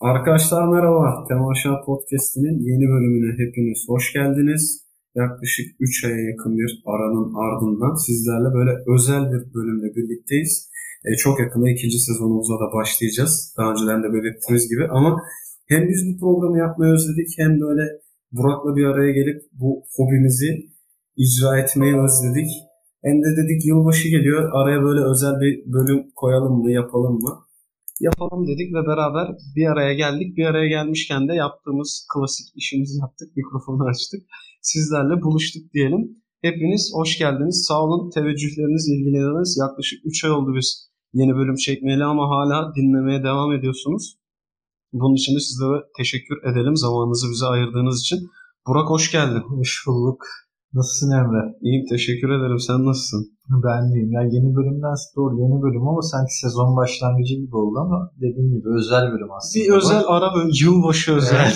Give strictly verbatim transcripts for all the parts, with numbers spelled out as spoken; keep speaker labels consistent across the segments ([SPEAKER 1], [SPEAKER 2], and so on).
[SPEAKER 1] Arkadaşlar merhaba. Temaşa Podcast'inin yeni bölümüne hepiniz hoş geldiniz. Yaklaşık üç aya yakın bir aranın ardından sizlerle böyle özel bir bölümle birlikteyiz. E, çok yakında ikinci sezonumuza da başlayacağız. Daha önceden de belirttiğimiz gibi ama hem biz bu programı yapmayı özledik hem böyle Burak'la bir araya gelip bu hobimizi icra etmeyi özledik. Hem de dedik yılbaşı geliyor. Araya böyle özel bir bölüm koyalım mı, yapalım mı? Yapalım dedik ve beraber bir araya geldik. Bir araya gelmişken de yaptığımız klasik işimizi yaptık. Mikrofonu açtık. Sizlerle buluştuk diyelim. Hepiniz hoş geldiniz. Sağ olun. Teveccühleriniz, ilgileriniz. Yaklaşık üç ay oldu biz yeni bölüm çekmeyeli ama hala dinlemeye devam ediyorsunuz. Bunun için de sizlere teşekkür edelim zamanınızı bize ayırdığınız için. Burak hoş geldin.
[SPEAKER 2] Hoş bulduk. Nasılsın Emre?
[SPEAKER 1] İyiyim, teşekkür ederim. Sen nasılsın?
[SPEAKER 2] Ben deyim. Ya yeni bölümden doğru yeni bölüm ama sanki sezon başlangıcı gibi oldu ama dediğin gibi özel bölüm aslında.
[SPEAKER 1] Bir özel ara bölüm. Yılbaşı özel.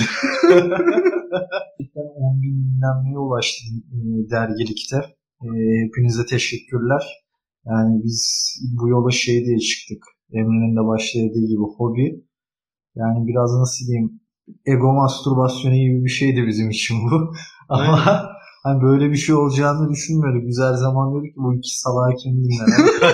[SPEAKER 2] on bin dinlenmeye ulaştı e, dergilikte. E, hepinize teşekkürler. Yani biz bu yola şey diye çıktık. Emre'nin de başladığı gibi hobi. Yani biraz nasıl diyeyim, ego mastürbasyonu gibi bir şeydi bizim için bu. Ama hani böyle bir şey olacağını düşünmüyorduk. Biz her zaman diyorduk ki bu iki salağı kim dinler?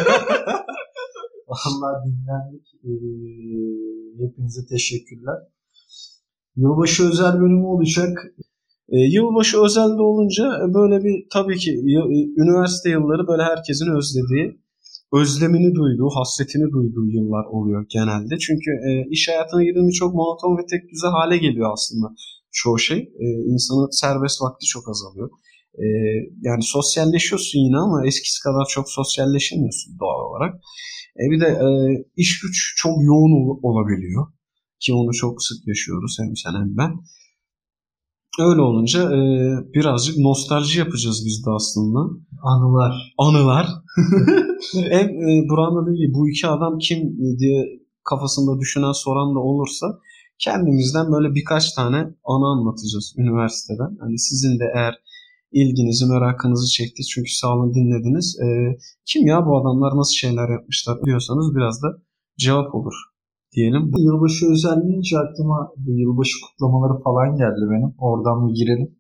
[SPEAKER 2] Vallahi dinlendik. Ee, hepinize teşekkürler. Yılbaşı özel bölümü olacak.
[SPEAKER 1] E, yılbaşı özelde olunca böyle bir tabii ki üniversite yılları böyle herkesin özlediği, özlemini duyduğu, hasretini duyduğu yıllar oluyor genelde. Çünkü e, iş hayatına girdiğinde çok monoton ve tek düze hale geliyor aslında çoğu şey. E, insanın serbest vakti çok azalıyor. E, yani sosyalleşiyorsun yine ama eskisi kadar çok sosyalleşemiyorsun doğal olarak. E, bir de e, iş güç çok yoğun ol- olabiliyor. Ki onu çok sık yaşıyoruz hem sen hem ben. Öyle olunca e, birazcık nostalji yapacağız biz de aslında.
[SPEAKER 2] Anılar.
[SPEAKER 1] Anılar. Hem e, Burak'ın dediği gibi bu iki adam kim diye kafasında düşünen soran da olursa kendimizden böyle birkaç tane anı anlatacağız üniversiteden. Hani sizin de eğer ilginizi, merakınızı çekti çünkü sağ olun dinlediniz. E, kim ya bu adamlar nasıl şeyler yapmışlar diyorsanız biraz da cevap olur diyelim.
[SPEAKER 2] Yılbaşı özel deyince aklıma bu yılbaşı kutlamaları falan geldi benim. Oradan bir girelim.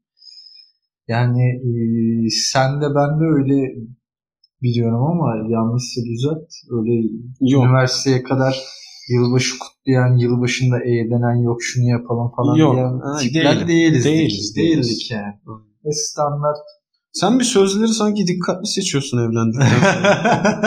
[SPEAKER 2] Yani e, sen de ben de öyle biliyorum ama yanlışsa düzelt. Öyle Yok. Üniversiteye kadar yılbaşı kutlayan, yılbaşında eğlenen, yok şunu yapalım falan
[SPEAKER 1] Yok.
[SPEAKER 2] diyen
[SPEAKER 1] Ha,
[SPEAKER 2] tipler değiliz.
[SPEAKER 1] Değiliz.
[SPEAKER 2] Değildik, değildik yani. Ve standart.
[SPEAKER 1] Sen bir sözleri sanki dikkatli seçiyorsun evlendikten sonra.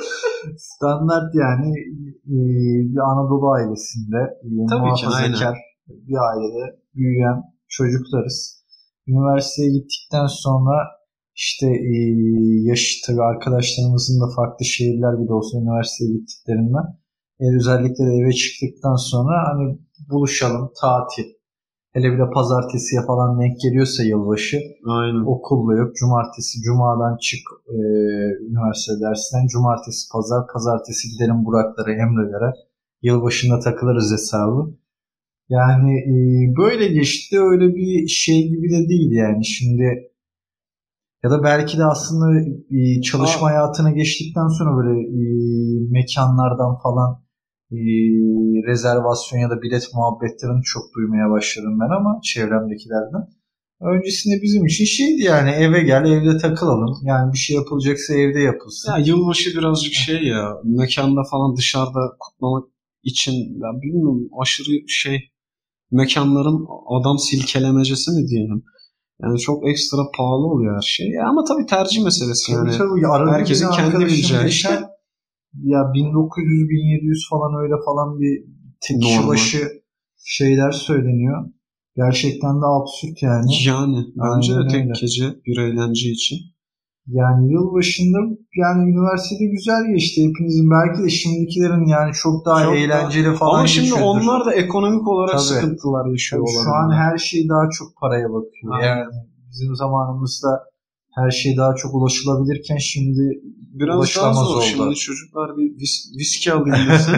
[SPEAKER 2] Standart yani e, bir Anadolu ailesinde e, muhafazakar bir ailede büyüyen çocuklarız. Üniversiteye gittikten sonra işte e, yaş tabii arkadaşlarımızın da farklı şehirler bile olsa üniversiteye gittiklerinden e, özellikle de eve çıktıktan sonra hani buluşalım, tatil. Hele bir de pazartesiye falan denk geliyorsa yılbaşı.
[SPEAKER 1] Aynen.
[SPEAKER 2] Okulda yok. Cumartesi, cumadan çık e, üniversite dersinden. Cumartesi, pazar, pazartesi gidelim Buraklara, Emre'lere. Yılbaşında takılırız hesabı. Yani e, böyle geçti. Öyle bir şey gibi de değil yani. Şimdi ya da belki de aslında e, çalışma Aa. hayatına geçtikten sonra böyle e, mekanlardan falan e, rezervasyon ya da bilet muhabbetlerini çok duymaya başladım ben ama çevremdekilerden. Öncesinde bizim için şeydi yani eve gel evde takılalım. Yani bir şey yapılacaksa evde yapılsın.
[SPEAKER 1] Ya yılbaşı birazcık şey ya mekanda falan dışarıda kutlamak için ya bilmiyorum aşırı şey mekanların adam silkelemecesi mi diyelim. Yani çok ekstra pahalı oluyor her şey. Ya ama tabii tercih meselesi
[SPEAKER 2] tabii,
[SPEAKER 1] yani.
[SPEAKER 2] Tabii.
[SPEAKER 1] Herkesin kendi bileceği işte.
[SPEAKER 2] Ya bin dokuz yüz bin yedi yüz falan öyle falan bir kişi başı şeyler söyleniyor. Gerçekten de absürt yani.
[SPEAKER 1] Yani bence de tek gece bir eğlence için.
[SPEAKER 2] Yani yılbaşında yani üniversitede güzel geçti hepinizin. Belki de şimdikilerin yani çok daha çok eğlenceli daha... falan
[SPEAKER 1] ama şimdi
[SPEAKER 2] geçiyordur.
[SPEAKER 1] Onlar da ekonomik olarak Tabii. sıkıntılar yaşıyor olabilir.
[SPEAKER 2] Şu an her şey daha çok paraya bakıyor. Aynen. Yani bizim zamanımızda her şey daha çok ulaşılabilirken şimdi
[SPEAKER 1] biraz daha zor. Oldu. Şimdi çocuklar bir vis- viski alayım dese.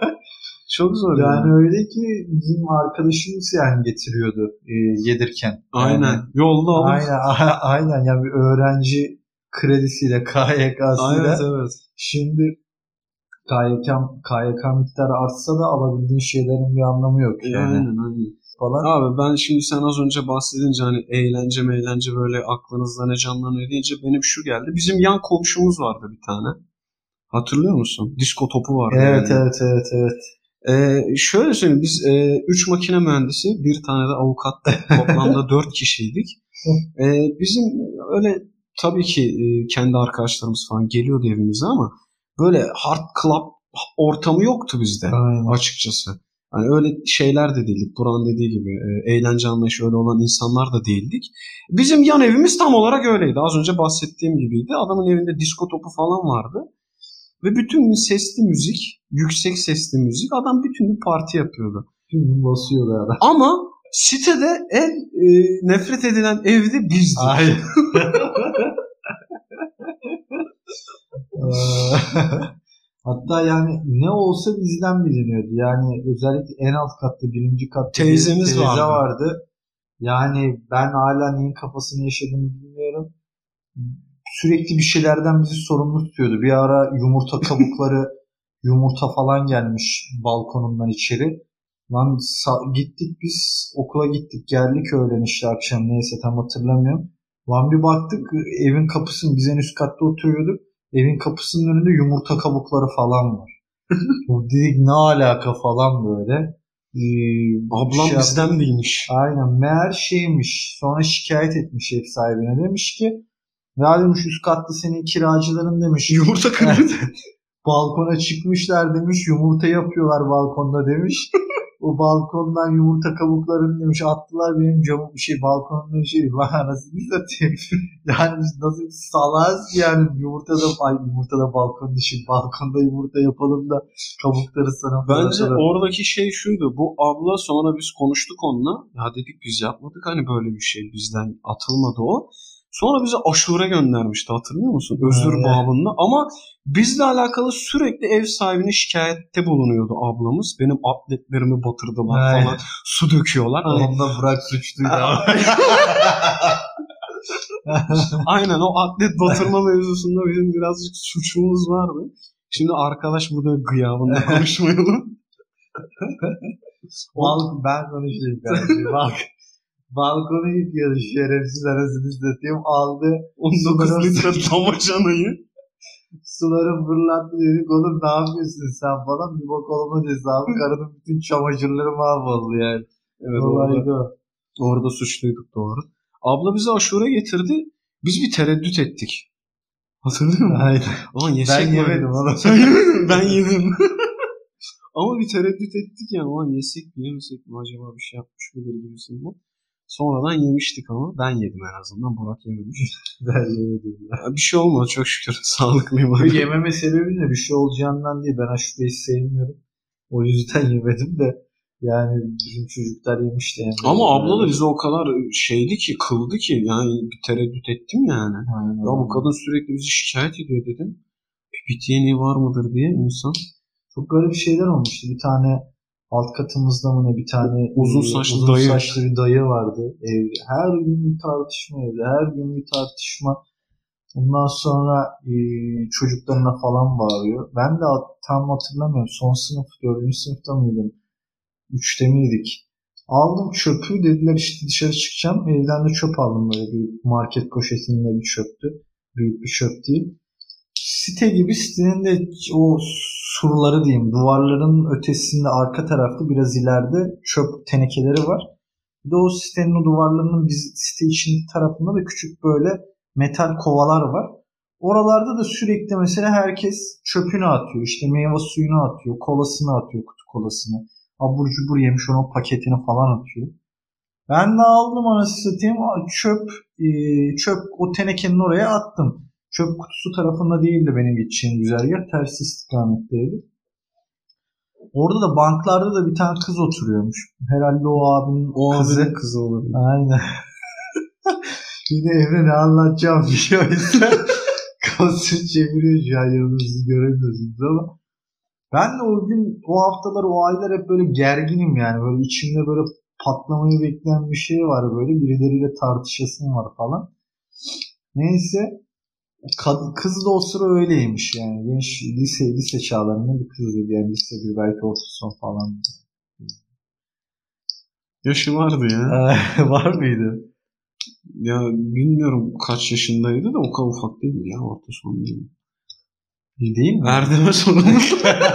[SPEAKER 1] Çok zor
[SPEAKER 2] yani. Yani öyle ki bizim arkadaşımız yani getiriyordu e, yedirken.
[SPEAKER 1] Aynen.
[SPEAKER 2] Yani,
[SPEAKER 1] Yolda alıp.
[SPEAKER 2] Aynen. Aynen. Yani bir öğrenci kredisiyle, K Y K'sıyla.
[SPEAKER 1] Evet evet.
[SPEAKER 2] Şimdi K Y K, K Y K miktarı artsa da alabildiğin şeylerin bir anlamı yok. Yani.
[SPEAKER 1] Aynen aynen.
[SPEAKER 2] Falan.
[SPEAKER 1] Abi ben şimdi sen az önce bahsedince hani eğlence meğlence böyle aklınızda ne canlanıyor deyince benim şu geldi. Bizim yan komşumuz vardı bir tane. Hatırlıyor musun? Disko topu vardı.
[SPEAKER 2] Evet
[SPEAKER 1] yani.
[SPEAKER 2] evet evet evet.
[SPEAKER 1] Ee, şöyle söyleyeyim biz e, üç makine mühendisi bir tane de avukat toplamda dört kişiydik. Ee, bizim öyle tabii ki e, kendi arkadaşlarımız falan geliyordu evimize ama böyle hard club ortamı yoktu bizde. Aynen. Açıkçası. Hani öyle şeyler de değildik. Buranın dediği gibi e, eğlence anlayışı öyle olan insanlar da değildik. Bizim yan evimiz tam olarak öyleydi. Az önce bahsettiğim gibiydi. Adamın evinde disko topu falan vardı. Ve bütün gün sesli müzik, yüksek sesli müzik. Adam bütün gün parti yapıyordu.
[SPEAKER 2] Bütün gün basıyordu adam.
[SPEAKER 1] Ama sitede en e, nefret edilen evde bizdik.
[SPEAKER 2] Aynen. Hatta yani ne olsa bizden biliniyordu. Yani özellikle en alt katta, birinci katta
[SPEAKER 1] teyzemiz
[SPEAKER 2] teyze
[SPEAKER 1] vardı.
[SPEAKER 2] vardı. Yani ben hala neyin kafasını yaşadığını bilmiyorum. Sürekli bir şeylerden bizi sorumlu tutuyordu. Bir ara yumurta kabukları, yumurta falan gelmiş balkonundan içeri. Lan sa- gittik biz okula gittik geldik öğlen işte akşam neyse tam hatırlamıyorum. Lan bir baktık evin kapısının, biz en üst katta oturuyorduk. Evin kapısının önünde yumurta kabukları falan var. Dedik ne alaka falan böyle. Ee,
[SPEAKER 1] Ablam
[SPEAKER 2] şey
[SPEAKER 1] bizden
[SPEAKER 2] yaptık.
[SPEAKER 1] bilmiş.
[SPEAKER 2] Aynen meğer şeymiş. Sonra şikayet etmiş ev sahibine, demiş ki ya demiş üst katta senin kiracıların demiş.
[SPEAKER 1] Yumurta kırdı.
[SPEAKER 2] Balkona çıkmışlar demiş, yumurta yapıyorlar balkonda demiş. O balkondan yumurta kabuklarını demiş attılar benim camım bir şey balkonumda şey var anasını satayım. Yani biz nasıl bir salağız ki yani yumurtada ay yumurtada balkon dışı balkonda yumurta yapalım da kabukları sana.
[SPEAKER 1] Bence oradaki şey şuydu. Bu abla sonra biz konuştuk onunla. Ya dedik biz yapmadık hani böyle bir şey. Bizden atılmadı o. Sonra bize aşure göndermişti hatırlıyor musun? Özür evet. babında. Ama bizle alakalı sürekli ev sahibine şikayette bulunuyordu ablamız. Benim atletlerimi batırdılar evet. falan. Su döküyorlar.
[SPEAKER 2] Hani... Onda bırak suçluydu ama.
[SPEAKER 1] Aynen o atlet batırma mevzusunda bizim birazcık suçumuz vardı. Şimdi arkadaş burada gıyabında konuşmayalım.
[SPEAKER 2] Balk, ben konuşayım kardeşim. Balk. Balkonu yıkıyordu şerefsiz anasını satayım. Aldı
[SPEAKER 1] on dokuz litre damacanayı.
[SPEAKER 2] Suları fırlattı dedik. Oğlum ne yapıyorsun sen falan. Bir bak olmaz hesabı. Karının bütün çamaşırları mahvoldu yani.
[SPEAKER 1] Evet orada, orada suçluyduk doğru. Abla bize aşure getirdi. Biz bir tereddüt ettik. Hatırlıyor musun?
[SPEAKER 2] Aynen.
[SPEAKER 1] Ulan yesek
[SPEAKER 2] ben yemedim onu.
[SPEAKER 1] Ben yedim. Ama bir tereddüt ettik yani. Ulan yesek mi yemesek mi acaba bir şey yapmış mıdır gibisinden. Sonradan yemiştik ama ben yedim en azından. Burak yememiş.
[SPEAKER 2] Ben yemedim.
[SPEAKER 1] Ya bir şey olmadı çok şükür. Sağlıklıyım.
[SPEAKER 2] Yememe sebebim de bir şey olacağından değil. Ben aşureyi sevmiyorum. O yüzden yemedim de. Yani bizim çocuklar yemişti. Yani.
[SPEAKER 1] Ama abla da bize o kadar şeydi ki, kıldı ki. Yani bir tereddüt ettim yani. Aynen. Ya bu kadın sürekli bizi şikayet ediyor dedim. Pipit yeniği var mıdır diye insan.
[SPEAKER 2] Çok garip şeyler olmuştu. Bir tane alt katımızda mı ne bir tane
[SPEAKER 1] uzun saçlı,
[SPEAKER 2] uzun
[SPEAKER 1] dayı.
[SPEAKER 2] saçlı bir dayı vardı evde. Her gün bir tartışma evde. Her gün bir tartışma. Ondan sonra e, çocuklarına falan bağırıyor. Ben de tam hatırlamıyorum. Son sınıf, dördüncü sınıfta mıydım? Üçte miydik? Aldım çöpü. Dediler işte dışarı çıkacağım. Evden de çöp aldım böyle bir market poşetinde bir çöptü. Büyük bir çöp değil. Site gibi, sitenin de o surları diyeyim, duvarların ötesinde arka tarafta biraz ileride çöp tenekeleri var. Bir de o sitenin o duvarlarının biz site içindeki tarafında da küçük böyle metal kovalar var. Oralarda da sürekli mesela herkes çöpünü atıyor. İşte meyve suyunu atıyor, kolasını atıyor, kutu kolasını. Abur cubur yemiş onun paketini falan atıyor. Ben de aldım anasını satayım çöp, çöp o tenekenin oraya attım. Çöp kutusu tarafında değildi benim gideceğim güzergah. Tersi istikametteydi. Orada da banklarda da bir tane kız oturuyormuş. Herhalde o abinin
[SPEAKER 1] o
[SPEAKER 2] kızı.
[SPEAKER 1] abinin kızı olabilir.
[SPEAKER 2] Aynen. Yine Emre ne anlatacağım bir şey o yüzden kafasını çeviriyor şu an yanınızı göremiyorsunuz ama. Ben de o gün, o haftalar, o aylar hep böyle gerginim yani. Böyle içimde böyle patlamayı bekleyen bir şey var böyle. Birileriyle tartışasım var falan. Neyse. Kad- kız da o sıra öyleymiş yani. Genç lise lise çağlarında bir kızdı. Yani lise bir belki orta son falan.
[SPEAKER 1] Yaşı vardı ya.
[SPEAKER 2] Var mıydı?
[SPEAKER 1] Ya bilmiyorum kaç yaşındaydı da o kadar ufak değildi ya. Orta son değil.
[SPEAKER 2] Değil mi?
[SPEAKER 1] Erdem'e sorulmuş.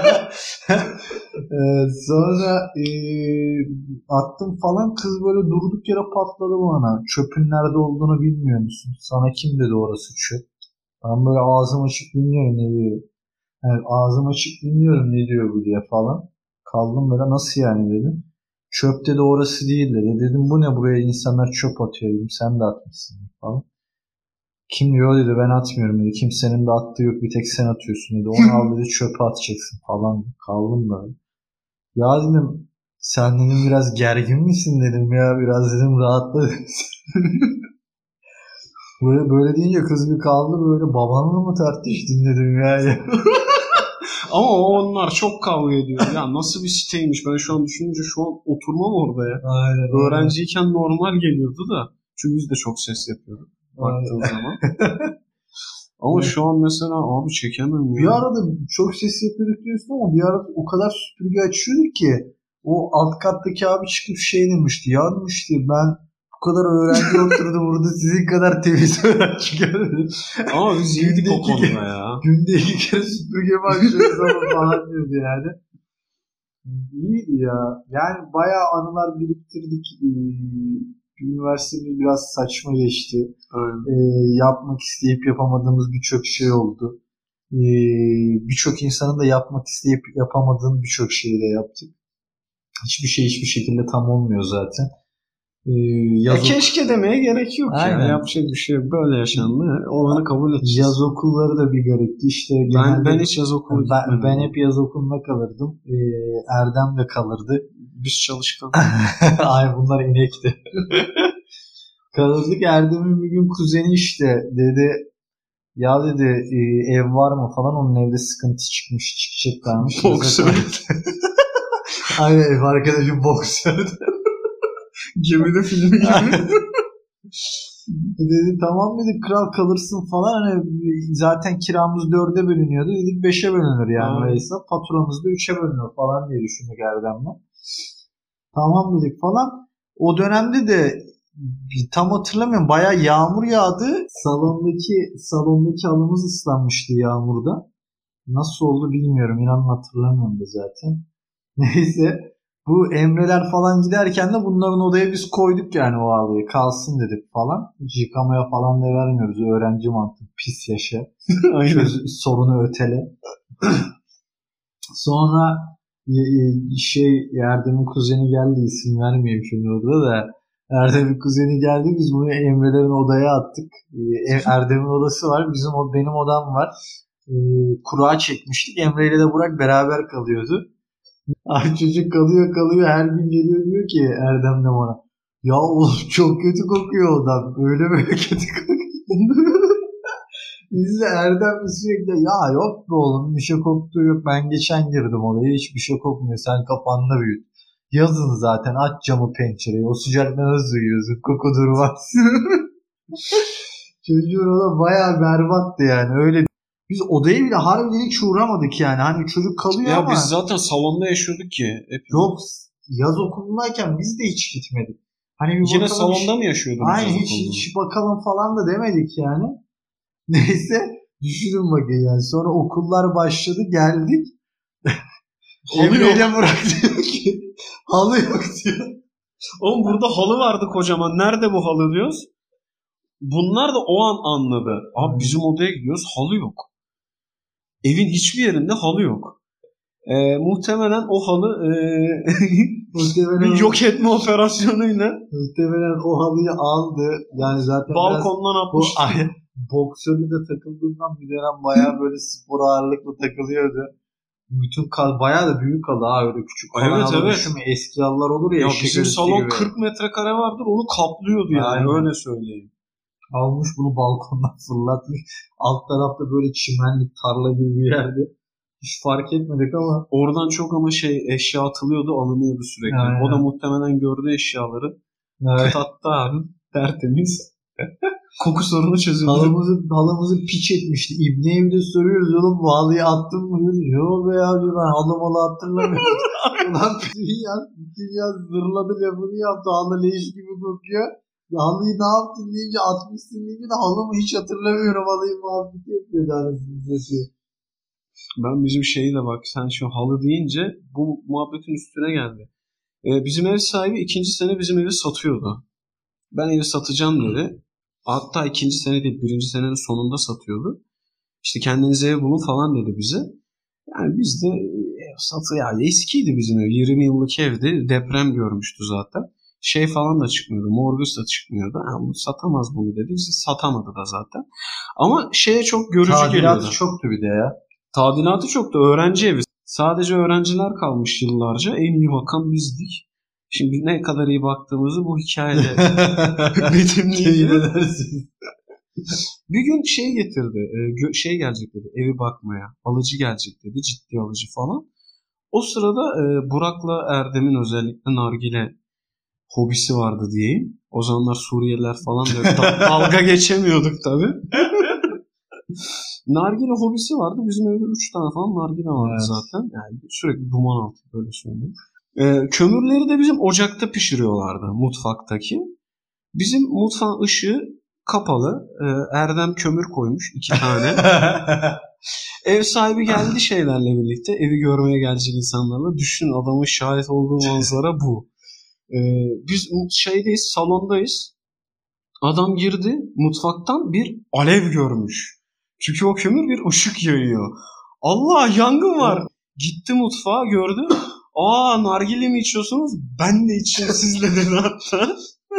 [SPEAKER 2] Ee, sonra e, attım falan, kız böyle durduk yere patladı bana. Çöpün nerede olduğunu bilmiyor musun? Sana kim dedi orası çöp? Ben böyle ağzım açık dinliyorum ne diyor. Yani ağzım açık dinliyorum ne diyor bu diye falan. Kaldım böyle, nasıl yani dedim. Çöp dedi orası değil dedi. Dedim bu ne, buraya insanlar çöp atıyor dedim. Sen de atmışsın falan. Kim diyor dedi, ben atmıyorum dedi. Kimsenin de attığı yok, bir tek sen atıyorsun dedi. Onu al dedi, çöpe atacaksın falan. Kaldım böyle. Ya dedim sen dedim biraz gergin misin dedim ya, biraz dedim rahatla dedim. Böyle, böyle deyince kız bir kaldı böyle, babanla mı tartıştın dedim ya.
[SPEAKER 1] Ama o onlar çok kavga ediyor. Ya nasıl bir siteymiş, ben şu an düşününce şu an oturmam orada ya.
[SPEAKER 2] Aynen,
[SPEAKER 1] öğrenciyken normal geliyordu da. Çünkü biz de çok ses yapıyorduk baktığın zaman. Ama şu an mesela abi çekemem ya.
[SPEAKER 2] Bir arada çok ses yapıyorduk diyorsun ama bir arada o kadar süpürge açıyorduk ki o alt kattaki abi çıkıp şey demişti. Ya demişti, ben bu kadar öğrenci oturdu burada, sizin kadar temiz öğrenci görmedim.
[SPEAKER 1] Ama biz yedik o konuda ya.
[SPEAKER 2] Günde iki kere süpürge bakıyoruz ama falan diyordu yani. İyiydi ya. Yani bayağı anılar biriktirdik. Ee, üniversitemiz biraz saçma geçti. Ee, yapmak isteyip yapamadığımız birçok şey oldu. Ee, birçok insanın da yapmak isteyip yapamadığın birçok şeyi de yaptık. Hiçbir şey hiçbir şekilde tam olmuyor zaten. Ee,
[SPEAKER 1] ya keşke demeye gerek yok. Aynen. Ya. Yapacak bir şey böyle yaşandı. Olanı kabul edeceğiz.
[SPEAKER 2] Yaz okulları da bir garipti. İşte
[SPEAKER 1] ben, ben hiç yaz okulu
[SPEAKER 2] ben,
[SPEAKER 1] gitmedim.
[SPEAKER 2] Ben hep yaz okulunda kalırdım. Ee, Erdem de kalırdı.
[SPEAKER 1] Biz çalışkan.
[SPEAKER 2] Ay bunlar inekti. Kalırdık. Erdem'in bir gün kuzeni işte dedi, ya dedi e, ev var mı falan, onun evde sıkıntı çıkmış, çıkacaklarmış.
[SPEAKER 1] Boksör.
[SPEAKER 2] Aynen, ev arkadaşım boksör.
[SPEAKER 1] Gemide filmi gibi.
[SPEAKER 2] Dedi tamam dedi, kral kalırsın falan, hani zaten kiramız dörde bölünüyordu, dedik beşe bölünür yani o hesap, faturamız da üçe bölünür falan diye düşündük Erdem'le. Tamam dedik falan. O dönemde de tam hatırlamıyorum, bayağı yağmur yağdı. Salondaki salondaki halımız ıslanmıştı yağmurda. Nasıl oldu bilmiyorum, inanın hatırlamıyorum da zaten. Neyse, bu Emreler falan giderken de bunların odaya biz koyduk yani o halıyı. Kalsın dedik falan. Hiç yıkamaya falan da vermiyoruz. Öğrenci mantık, pis yaşa. Sorunu ötele. Sonra şey Erdem'in kuzeni geldi, isim vermeyeyim şimdi orada da. Erdem'in kuzeni geldi, biz bunu Emre'lerin odaya attık. Erdem'in odası var, bizim benim odam var. Kura çekmiştik. Emre ile de Burak beraber kalıyordu. Ay çocuk kalıyor kalıyor her gün geliyor, diyor ki Erdem'le bana, ya oğlum çok kötü kokuyor odam, öyle böyle kötü kokuyor. Biz de Erdem sürekli ya yok be oğlum bir şey koktuğu yok, ben geçen girdim odaya hiçbir şey kokmuyor, sen kapanla büyüt. Yazın zaten aç camı pencereyi, o sıcakta nasıl uyuyorsun, koku durmaz. Çocuğun oda bayağı berbattı yani, öyle. Biz odaya bile harbiden hiç uğramadık yani. Hani çocuk kalıyor
[SPEAKER 1] ya
[SPEAKER 2] ama.
[SPEAKER 1] Ya biz zaten salonda yaşıyorduk ki. Hepimiz.
[SPEAKER 2] Yok, yaz okulundayken biz de hiç gitmedik.
[SPEAKER 1] Hani bir yine salonda hiç, mı yaşıyorduk?
[SPEAKER 2] Aynen, hiç okulunda? Hiç bakalım falan da demedik yani. Neyse düşünün bakın yani. Sonra okullar başladı, geldik. Emre'yle Burak diyor ki halı yok diyor.
[SPEAKER 1] Oğlum burada halı vardı kocaman. Nerede bu halı diyoruz. Bunlar da o an anladı. Abi hmm. bizim odaya gidiyoruz, halı yok. Evin hiçbir yerinde halı yok. Ee, muhtemelen o halı e, muhtemelen bir yok etme operasyonuyla
[SPEAKER 2] muhtemelen o halıyı aldı. Yani zaten
[SPEAKER 1] balkondan atmış.
[SPEAKER 2] Boksörle de takıldığından bir dönem bayağı böyle spor ağırlıklı takılıyordu. Bütün kal bayağı da büyük halı ha, öyle küçük falan. Evet evet. Düşünme, eski halılar olur ya.
[SPEAKER 1] Ya bizim salon gibi. kırk metrekare vardır, onu kaplıyordu yani. Aynen. Öyle söyleyeyim.
[SPEAKER 2] Almış bunu balkondan fırlatmış. Alt tarafta böyle çimenlik, tarla gibi bir yerde. Hiç fark etmedik ama.
[SPEAKER 1] Oradan çok ama şey eşya atılıyordu, alınıyordu sürekli. Aynen. O da muhtemelen gördü eşyaları. Evet. Kıt attı abi. Tertemiz. koku sorunu çözüldü.
[SPEAKER 2] Halamızı, halamızı piç etmişti. İbni'ye bir de soruyoruz oğlum bu halıyı attın mı diyoruz. Yok be ya diyor ben halı malı hatırlamıyorum. Ulan dünya, dünya zırladı lafını yaptı. Halı leş gibi kokuyor. Halıyı ne yaptın deyince atmışsın deyince de halımı hiç hatırlamıyorum. Halıyı muhabbeti yapıyor tanesi.
[SPEAKER 1] Ben bizim şeyi de bak sen şu halı deyince bu muhabbetin üstüne geldi. Ee, bizim ev sahibi ikinci sene bizim evi satıyordu. Ben evi satacağım dedi. Hatta ikinci sene değil birinci senenin sonunda satıyordu. İşte kendinize ev bulun falan dedi bize. Yani biz de ev satı yani eskiydi bizim ev. yirmi yıllık evdi. Deprem görmüştü zaten. Şey falan da çıkmıyordu. Mortgage da çıkmıyordu. Yani bu satamaz bunu dedik. Satamadı da zaten. Ama şeye çok görücü
[SPEAKER 2] Tadilatı
[SPEAKER 1] geliyordu.
[SPEAKER 2] Tadilatı çoktu bir de ya.
[SPEAKER 1] Tadilatı çoktu. Öğrenci evi. Sadece öğrenciler kalmış yıllarca. En iyi bakan bizdik. Şimdi ne kadar iyi baktığımızı bu hikayede betimleyeceğiz. Bir gün şey getirdi. Şey gelecek dedi. Evi bakmaya. Alıcı gelecek dedi. Ciddi alıcı falan. O sırada Burak'la Erdem'in özellikle nargile hobisi vardı diyeyim. O zamanlar Suriyeliler falan da dalga geçemiyorduk tabii. Nargile hobisi vardı. Bizim evde üç tane falan nargile vardı evet. Zaten. Yani sürekli duman altı böyle söyleyeyim. Ee, kömürleri de bizim ocakta pişiriyorlardı mutfaktaki. Bizim mutfağın ışığı kapalı. Ee, Erdem kömür koymuş iki tane. Ev sahibi geldi şeylerle birlikte. Evi görmeye gelecek insanlarla. Düşün adamın şahit olduğu manzara bu. Ee, biz şeydeyiz, salondayız. Adam girdi mutfaktan bir alev görmüş. Çünkü o kömür bir ışık yayıyor. Allah yangın var. Gitti mutfağa gördü. Aa nargile mi içiyorsunuz? Ben de içeyim sizle dedi hatta.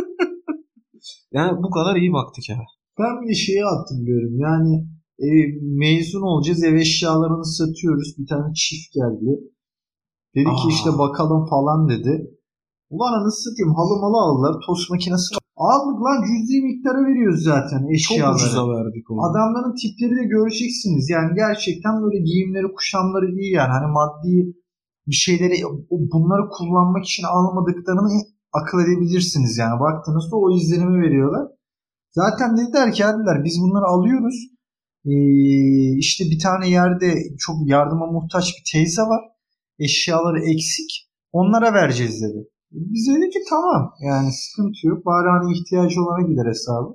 [SPEAKER 1] Yani bu kadar iyi baktık ya.
[SPEAKER 2] Ben bir şeyi hatırlıyorum. Yani e, mezun olacağız ev eşyalarını satıyoruz. Bir tane çift geldi. Dedi Aa. ki işte bakalım falan dedi. Ulan anasını satayım halı malı aldılar. Tost makinesi aldık lan cüzi miktara veriyoruz zaten eşyaları.
[SPEAKER 1] Çok ucuza verdik onu.
[SPEAKER 2] Adamların tipleri de göreceksiniz. Yani gerçekten böyle giyimleri kuşamları iyi yani. Hani maddi bir şeyleri bunları kullanmak için almadıklarını akıl edebilirsiniz yani. Baktığınızda o izlenimi veriyorlar. Zaten dediler ki dediler biz bunları alıyoruz. Ee, işte bir tane yerde çok yardıma muhtaç bir teyze var. Eşyaları eksik. Onlara vereceğiz dedi. Biz dedik ki tamam yani sıkıntı yok. Bari hani ihtiyacı olana gider hesabı.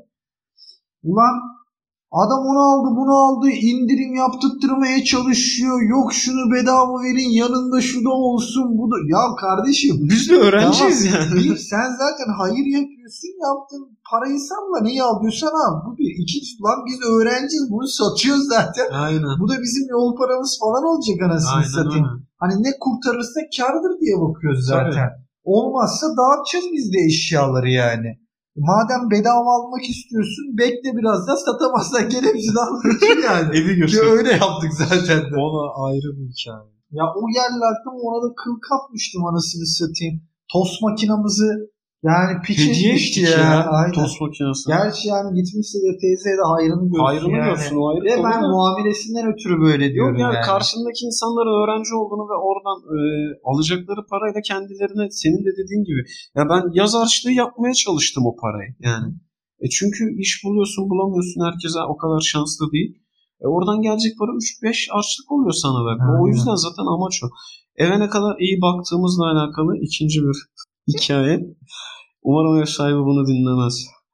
[SPEAKER 2] Ulan adam onu aldı bunu aldı indirim yaptırtmaya çalışıyor. Yok şunu bedava verin yanında şu da olsun bu da. Ya kardeşim.
[SPEAKER 1] Biz de öğrenciyiz tamam, yani.
[SPEAKER 2] Bir, sen zaten hayır yapıyorsun yaptın parayı sanma neyi alıyorsan al. Bu bir. İkinci lan biz öğrenciyiz bunu satıyoruz zaten.
[SPEAKER 1] Aynen.
[SPEAKER 2] Bu da bizim yol paramız falan olacak anasını satayım. Hani ne kurtarırsa kârdır diye bakıyoruz zaten. Tabii. Olmazsa dağıtacağız biz de eşyaları yani. Madem bedava almak istiyorsun bekle biraz da satamazsan gene hepsini alıyorsun yani.
[SPEAKER 1] Evi göster.
[SPEAKER 2] Öyle yaptık zaten.
[SPEAKER 1] O da ayrı bir hikaye.
[SPEAKER 2] Ya o yerlerden ona da kıl kapmıştım anasını satayım. Tost makinamızı yani piç etmişti ya.
[SPEAKER 1] ya. Tost makinesi.
[SPEAKER 2] Gerçi yani gitmişse de teyzeye de hayrını görsün.
[SPEAKER 1] Hayrını
[SPEAKER 2] yani.
[SPEAKER 1] görsün o ayrı.
[SPEAKER 2] Ve ben ya. muamelesinden ötürü böyle diyorum
[SPEAKER 1] Yok yani,
[SPEAKER 2] yani.
[SPEAKER 1] Karşındaki insanların öğrenci olduğunu ve oradan e, alacakları parayla kendilerine senin de dediğin gibi. Ya ben yaz harçlığı yapmaya çalıştım o parayı yani. E çünkü iş buluyorsun bulamıyorsun herkese o kadar şanslı değil. E oradan gelecek para üç beş harçlık oluyor sana belki. O yüzden zaten amaç o. Eve ne kadar iyi baktığımızla alakalı ikinci bir hikaye. Umarım ev sahibi bunu dinlemez.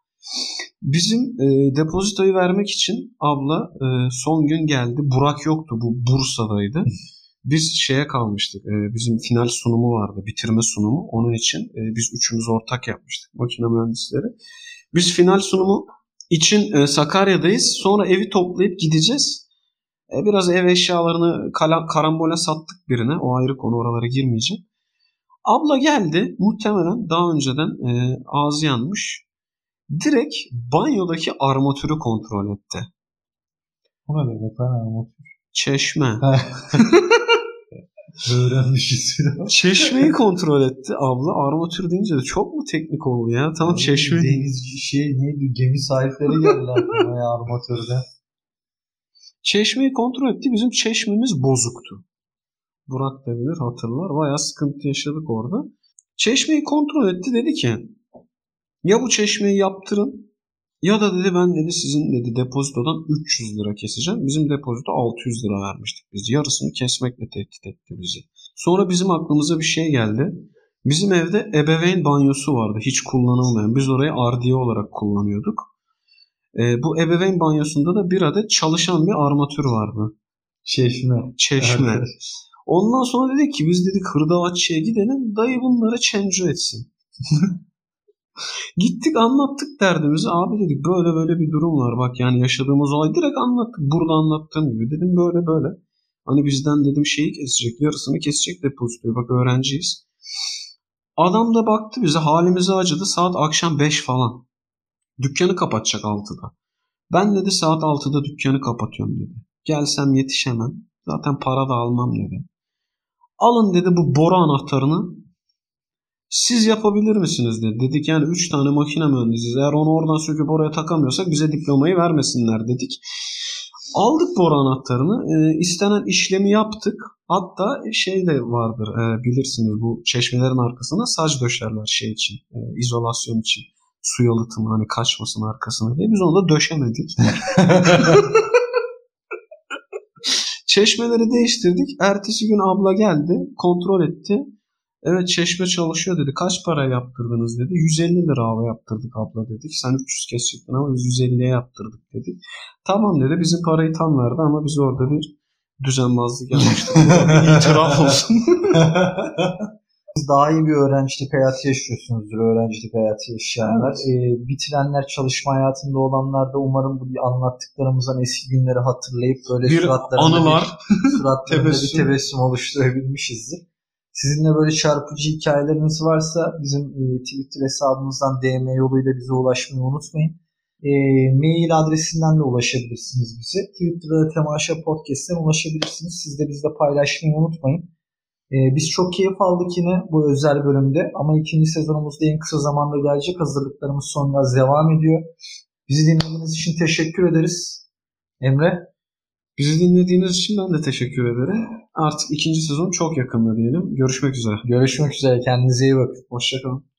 [SPEAKER 1] Bizim e, depozitoyu vermek için abla e, son gün geldi. Burak yoktu. Bu Bursa'daydı. Biz şeye kalmıştık. E, bizim final sunumu vardı. Bitirme sunumu. Onun için e, biz üçümüz ortak yapmıştık. Makine mühendisleri. Biz final sunumu için e, Sakarya'dayız. Sonra evi toplayıp gideceğiz. E, biraz ev eşyalarını kala, karambole sattık birine. O ayrı konu. Oralara girmeyeceğim. Abla geldi. Muhtemelen daha önceden e, ağzı yanmış. Direkt banyodaki armatürü kontrol etti.
[SPEAKER 2] O ne demek lan armatür?
[SPEAKER 1] Çeşme.
[SPEAKER 2] Öğrenmişiz.
[SPEAKER 1] Çeşmeyi kontrol etti abla. Armatür deyince de çok mu teknik oldu ya? Tamam yani çeşme.
[SPEAKER 2] Deniz şey neydi? Gemi sahipleri geldi aklıma ya armatürde.
[SPEAKER 1] Çeşmeyi kontrol etti. Bizim çeşmemiz bozuktu. Burak da bilir hatırlar. Bayağı sıkıntı yaşadık orada. Çeşmeyi kontrol etti. Dedi ki ya bu çeşmeyi yaptırın Ya da dedi ben dedi sizin dedi depozitodan üç yüz lira keseceğim. Bizim depozito altı yüz lira vermiştik biz. Yarısını kesmekle tehdit etti bizi. Sonra bizim aklımıza bir şey geldi. Bizim evde ebeveyn banyosu vardı. Hiç kullanılmayan. Biz orayı ardiye olarak kullanıyorduk. E, bu ebeveyn banyosunda da bir adet çalışan bir armatür vardı.
[SPEAKER 2] Çeşme.
[SPEAKER 1] Çeşme.
[SPEAKER 2] Evet.
[SPEAKER 1] Ondan sonra dedik ki biz dedik hırdavatçıya gidelim. Dayı bunları çencu etsin. Gittik anlattık derdimizi. Abi dedik böyle böyle bir durum var. Bak yani yaşadığımız olay direkt anlattık. Burada anlattığım gibi. Dedim böyle böyle. Hani bizden dedim şeyi kesecek. Yarısını kesecek depozitoyu. Bak öğrenciyiz. Adam da baktı bize. Halimize acıdı. Saat akşam beş falan. Dükkanı kapatacak altıda. Ben dedi saat altıda dükkanı kapatıyorum dedi. Gelsem yetişemem. Zaten para da almam dedi. Alın dedi bu boru anahtarını. Siz yapabilir misiniz dedi. Dedik yani üç tane makine mühendisiyiz. Eğer onu oradan söküp oraya takamıyorsak bize diplomayı vermesinler dedik. Aldık boru anahtarını. E, istenen işlemi yaptık. Hatta şey de vardır e, bilirsiniz bu çeşmelerin arkasına saç döşerler şey için. E, izolasyon için. Su yalıtımı hani kaçmasın arkasına diye. Biz onu da döşemedik. Çeşmeleri değiştirdik. Ertesi gün abla geldi. Kontrol etti. Evet çeşme çalışıyor dedi. Kaç para yaptırdınız dedi. yüz elli lira hava yaptırdık abla dedik. Sen üç yüz kesecektin ama biz yüz elliye yaptırdık dedik. Tamam dedi. Bizim parayı tam verdi ama biz orada bir düzenbazlık yapmıştık. Bir itiraf olsun.
[SPEAKER 2] Siz daha iyi bir öğrencilik hayatı yaşıyorsunuzdur. Öğrencilik hayatı yaşayanlar.
[SPEAKER 1] Evet.
[SPEAKER 2] Ee, bitirenler, çalışma hayatında olanlar da umarım bu anlattıklarımızdan eski günleri hatırlayıp böyle
[SPEAKER 1] bir
[SPEAKER 2] suratlarında
[SPEAKER 1] anılar,
[SPEAKER 2] bir, suratlarında
[SPEAKER 1] tebessüm.
[SPEAKER 2] bir tebessüm oluşturabilmişizdir. Sizinle böyle çarpıcı hikayeleriniz varsa bizim e, Twitter hesabımızdan D M yoluyla bize ulaşmayı unutmayın. E, mail adresinden de ulaşabilirsiniz bize. Twitter'da da Temaşa Podcast'ten ulaşabilirsiniz. Siz de bizle paylaşmayı unutmayın. E, biz çok keyif aldık yine bu özel bölümde ama ikinci sezonumuzda en kısa zamanda gelecek. Hazırlıklarımız son gaz devam ediyor. Bizi dinlediğiniz için teşekkür ederiz. Emre?
[SPEAKER 1] Bizi dinlediğiniz için ben de teşekkür ederim. Artık ikinci sezon çok yakında diyelim. Görüşmek üzere.
[SPEAKER 2] Görüşmek üzere. Kendinize iyi bakın.
[SPEAKER 1] Hoşça kalın.